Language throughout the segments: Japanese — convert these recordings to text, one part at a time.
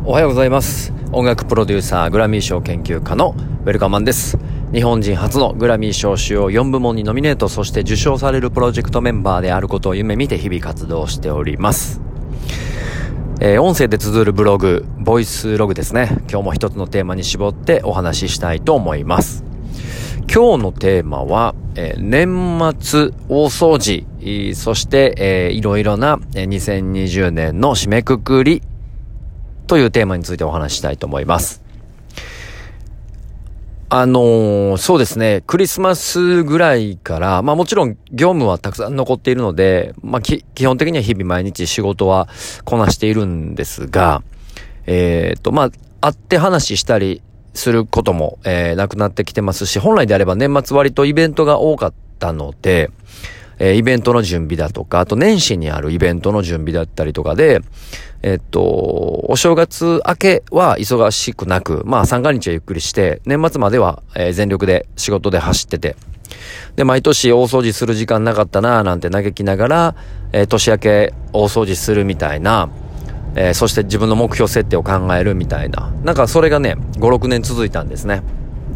おはようございます。音楽プロデューサー、グラミー賞研究家のウェルカマンです。日本人初のグラミー賞主要4部門にノミネート、そして受賞されるプロジェクトメンバーであることを夢見て日々活動しております。音声で綴るブログ、ボイスログですね。今日も一つのテーマに絞ってお話ししたいと思います。今日のテーマは、年末大掃除、そして、いろいろな2020年の締めくくりというテーマについてお話ししたいと思います。そうですね、クリスマスぐらいから、もちろん業務はたくさん残っているので、基本的には日々毎日仕事はこなしているんですが、会って話したりすることも、なくなってきてますし、本来であれば年末割とイベントが多かったので、イベントの準備だとか、あと年始にあるイベントの準備だったりとかで、お正月明けは忙しくなく、三が日はゆっくりして、年末までは、全力で仕事で走ってて、で、毎年大掃除する時間なかったなぁなんて嘆きながら、年明け大掃除するみたいな、そして自分の目標設定を考えるみたいな、なんかそれがね、5、6年続いたんですね。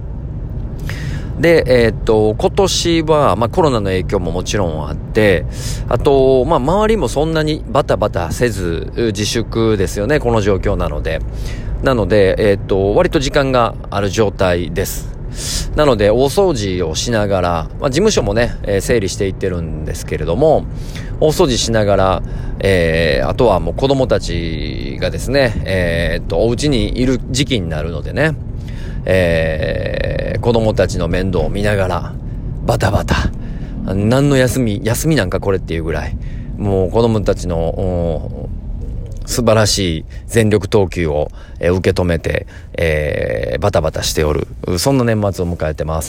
で、今年は、コロナの影響ももちろんあって、あと、周りもそんなにバタバタせず、自粛ですよね、この状況なので。なので、割と時間がある状態です。なので、大掃除をしながら、事務所もね、整理していってるんですけれども、大掃除しながら、あとはもう子供たちがですね、お家にいる時期になるのでね、子供たちの面倒を見ながらバタバタ、何の休みなんかこれっていうぐらい、もう子供たちの素晴らしい全力投球を、受け止めて、バタバタしておる、そんな年末を迎えてます。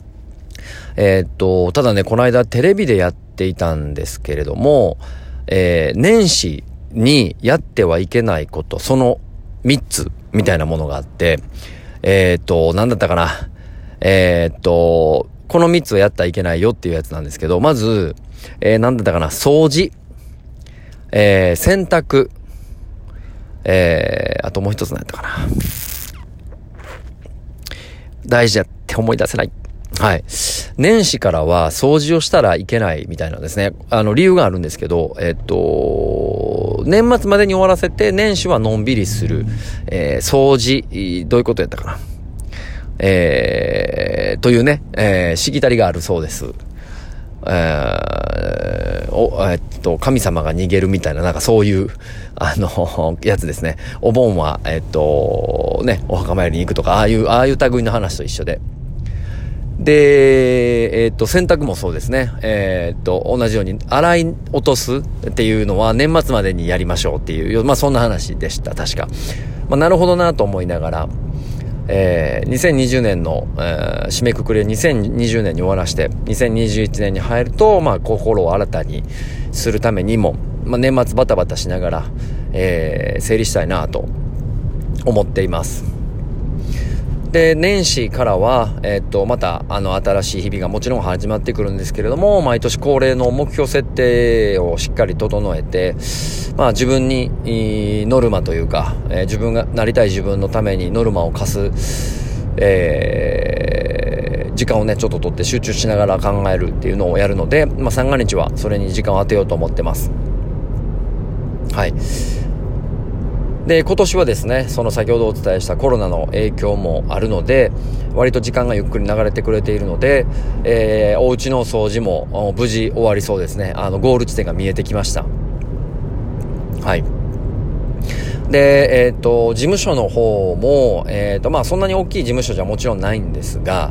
ただね、この間テレビでやっていたんですけれども、年始にやってはいけないこと、その3つみたいなものがあって、何だったかな。この3つはやったらいけないよっていうやつなんですけど、まず、何だったかな。掃除、洗濯、あともう一つ何だったかな。大事だって思い出せない。はい。年始からは掃除をしたらいけないみたいなんですね。理由があるんですけど、年末までに終わらせて年始はのんびりする、掃除、どういうことやったかな。というね、しきたりがあるそうです。神様が逃げるみたいな、なんかそういう、やつですね。お盆は、お墓参りに行くとか、ああいう類の話と一緒で。で、洗濯もそうですね。同じように洗い落とすっていうのは年末までにやりましょうっていう、そんな話でした、確か。なるほどなと思いながら、2020年の、締めくくりで2020年に終わらして、2021年に入ると、心を新たにするためにも、年末バタバタしながら、整理したいなと思っています。で、年始からは、また、新しい日々がもちろん始まってくるんですけれども、毎年恒例の目標設定をしっかり整えて、自分に、ノルマというか、自分がなりたい自分のためにノルマを課す、時間をね、ちょっと取って集中しながら考えるっていうのをやるので、三が日はそれに時間を当てようと思ってます。はい。で、今年はですね、その先ほどお伝えしたコロナの影響もあるので、割と時間がゆっくり流れてくれているので、お家の掃除も無事終わりそうですね。ゴール地点が見えてきました。はい。で、事務所の方も、そんなに大きい事務所じゃもちろんないんですが、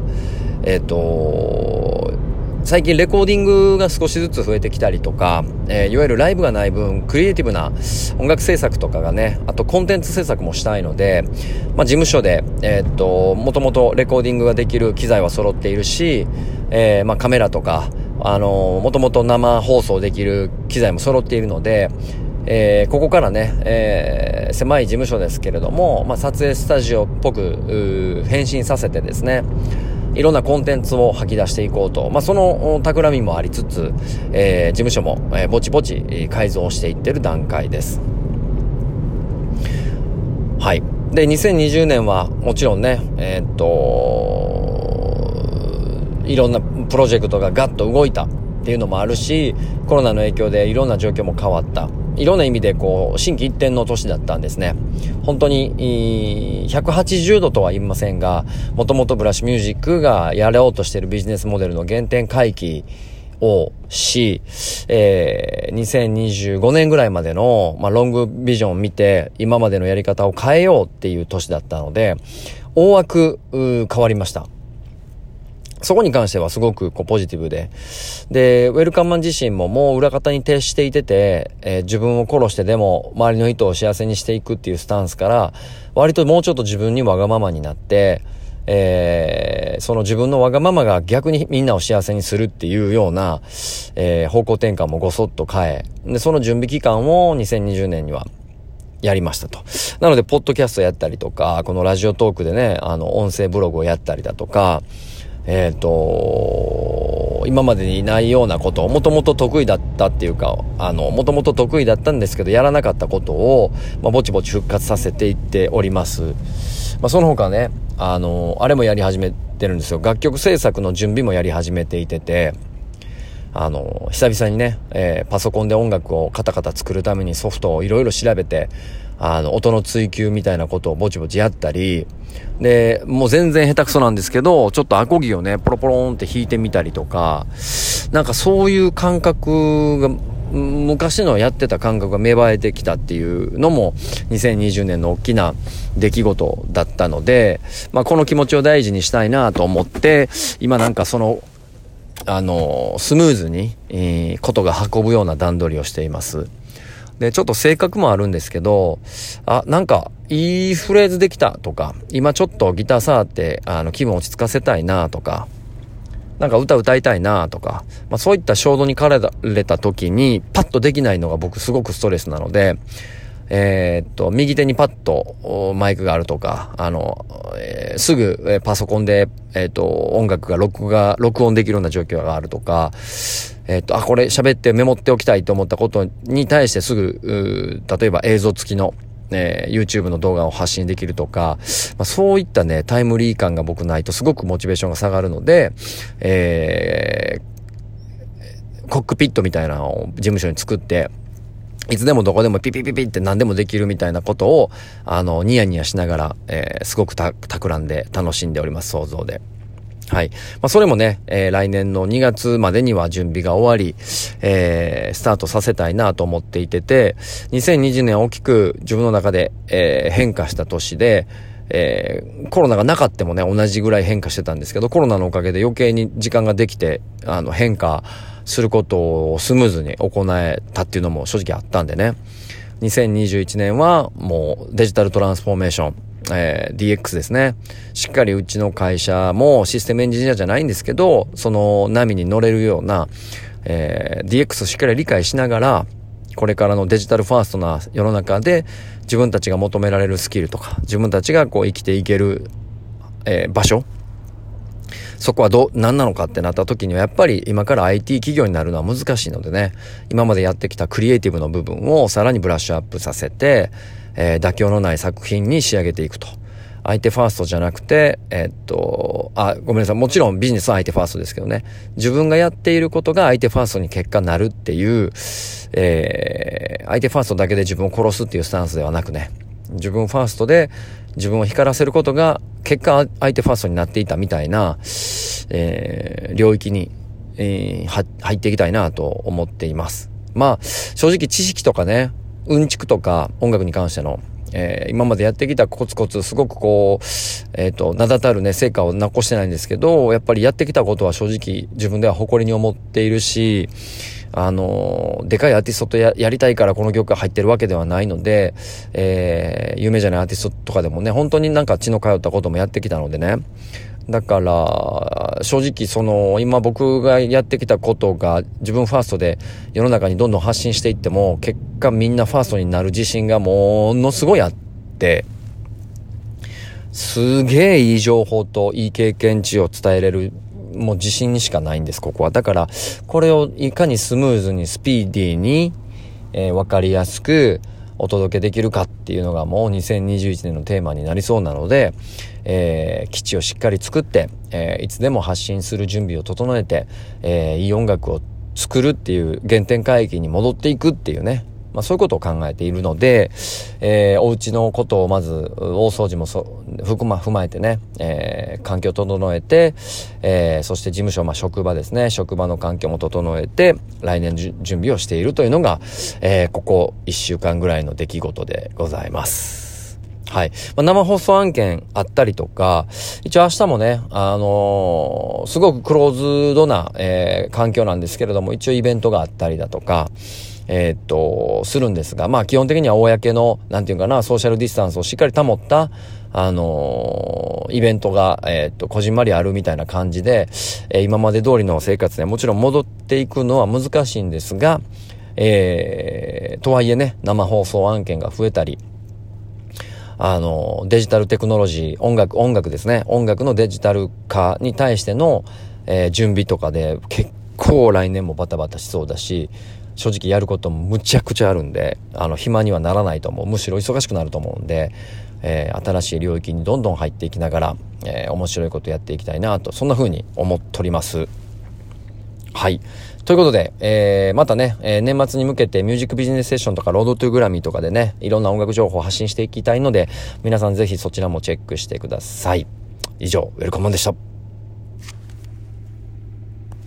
最近レコーディングが少しずつ増えてきたりとか、いわゆるライブがない分クリエイティブな音楽制作とかがね、あとコンテンツ制作もしたいので、事務所でもともとレコーディングができる機材は揃っているし、カメラとかもともと生放送できる機材も揃っているので、ここからね、狭い事務所ですけれども、撮影スタジオっぽく変身させてですね、いろんなコンテンツを吐き出していこうと、その企みもありつつ、事務所も、ぼちぼち改造していってる段階です。 はい。で、2020年はもちろんね、いろんなプロジェクトがガッと動いたっていうのもあるし、コロナの影響でいろんな状況も変わった。いろんな意味で心機一転の年だったんですね。本当に、180度とは言いませんが、もともとブラッシュミュージックがやろうとしているビジネスモデルの原点回帰をし、2025年ぐらいまでの、ロングビジョンを見て、今までのやり方を変えようっていう年だったので、大枠変わりました。そこに関してはすごくポジティブで。で、ウェルカンマン自身ももう裏方に徹していてて、自分を殺してでも周りの人を幸せにしていくっていうスタンスから、割ともうちょっと自分にわがままになって、その自分のわがままが逆にみんなを幸せにするっていうような、方向転換もごそっと変え、で、その準備期間を2020年にはやりましたと。なので、ポッドキャストやったりとか、このラジオトークでね、音声ブログをやったりだとか、今までにないようなことをもともと得意だったっていうか、もともと得意だったんですけど、やらなかったことを、ぼちぼち復活させていっております。その他ね、あれもやり始めてるんですよ。楽曲制作の準備もやり始めていてて、久々にね、パソコンで音楽をカタカタ作るためにソフトをいろいろ調べて、音の追求みたいなことをぼちぼちやったり、で、もう全然下手くそなんですけど、ちょっとアコギをね、ポロポロンって弾いてみたりとか、なんかそういう感覚が、昔のやってた感覚が芽生えてきたっていうのも、2020年の大きな出来事だったので、この気持ちを大事にしたいなと思って、今なんかスムーズに、ことが運ぶような段取りをしています。で、ちょっと性格もあるんですけど、なんか、いいフレーズできたとか、今ちょっとギター触って、気分落ち着かせたいなとか、なんか歌いたいなとか、そういった衝動に駆られた時に、パッとできないのが僕すごくストレスなので、右手にパッとマイクがあるとか、すぐパソコンで、音楽が録音できるような状況があるとか、これ喋ってメモっておきたいと思ったことに対してすぐ、例えば映像付きの、YouTube の動画を発信できるとか、そういったね、タイムリー感が僕ないとすごくモチベーションが下がるので、コックピットみたいなのを事務所に作って、いつでもどこでもピピピピって何でもできるみたいなことを、ニヤニヤしながら、すごく企んで楽しんでおります、想像で。はい。それもね、来年の2月までには準備が終わり、スタートさせたいなと思っていて、2020年大きく自分の中で、変化した年で、コロナがなかってもね、同じぐらい変化してたんですけど、コロナのおかげで余計に時間ができて、変化することをスムーズに行えたっていうのも正直あったんでね。2021年はもうデジタルトランスフォーメーション、DX ですね。しっかりうちの会社もシステムエンジニアじゃないんですけど、その波に乗れるような、DX をしっかり理解しながら、これからのデジタルファーストな世の中で自分たちが求められるスキルとか、自分たちが生きていける、場所、そこは何なのかってなった時にはやっぱり今から IT 企業になるのは難しいのでね、今までやってきたクリエイティブの部分をさらにブラッシュアップさせて、妥協のない作品に仕上げていくと。相手ファーストじゃなくて、ごめんなさい。もちろんビジネスは相手ファーストですけどね。自分がやっていることが相手ファーストに結果なるっていう、相手ファーストだけで自分を殺すっていうスタンスではなくね。自分ファーストで自分を光らせることが結果相手ファーストになっていたみたいな、領域に、入っていきたいなと思っています。正直知識とかね、うんちくとか音楽に関しての、今までやってきたコツコツすごく名だたるね成果を残してないんですけど、やっぱりやってきたことは正直自分では誇りに思っているし、でかいアーティストと やりたいからこの曲が入ってるわけではないので、有名じゃないアーティストとかでもね、本当になんか血の通ったこともやってきたのでね。だから正直今僕がやってきたことが自分ファーストで世の中にどんどん発信していっても、結果みんなファーストになる自信がものすごいあって、すげえいい情報といい経験値を伝えれる、もう自信にしかないんです、ここは。だからこれをいかにスムーズにスピーディーに、わかりやすくお届けできるかっていうのがもう2021年のテーマになりそうなので、基地をしっかり作って、いつでも発信する準備を整えて、いい音楽を作るっていう原点回帰に戻っていくっていうね、そういうことを考えているので、お家のことをまず大掃除も踏まえてね、環境を整えて、そして事務所、職場ですね、職場の環境も整えて来年準備をしているというのが、ここ1週間ぐらいの出来事でございます。はい。生放送案件あったりとか、一応明日もね、すごくクローズドな、環境なんですけれども、一応イベントがあったりだとか、するんですが、基本的には公の、なんていうかな、ソーシャルディスタンスをしっかり保った、イベントが、こじんまりあるみたいな感じで、今まで通りの生活にはもちろん戻っていくのは難しいんですが、とはいえね、生放送案件が増えたり、デジタルテクノロジー、音楽ですね。音楽のデジタル化に対しての、準備とかで結構来年もバタバタしそうだし、正直やることもむちゃくちゃあるんで、暇にはならないと思う。むしろ忙しくなると思うんで、新しい領域にどんどん入っていきながら、面白いことやっていきたいなと、そんな風に思っております。はい。ということで、またね、年末に向けてミュージックビジネスセッションとかロードトゥーグラミーとかでね、いろんな音楽情報を発信していきたいので、皆さんぜひそちらもチェックしてください。以上、ウェルカムマンでした。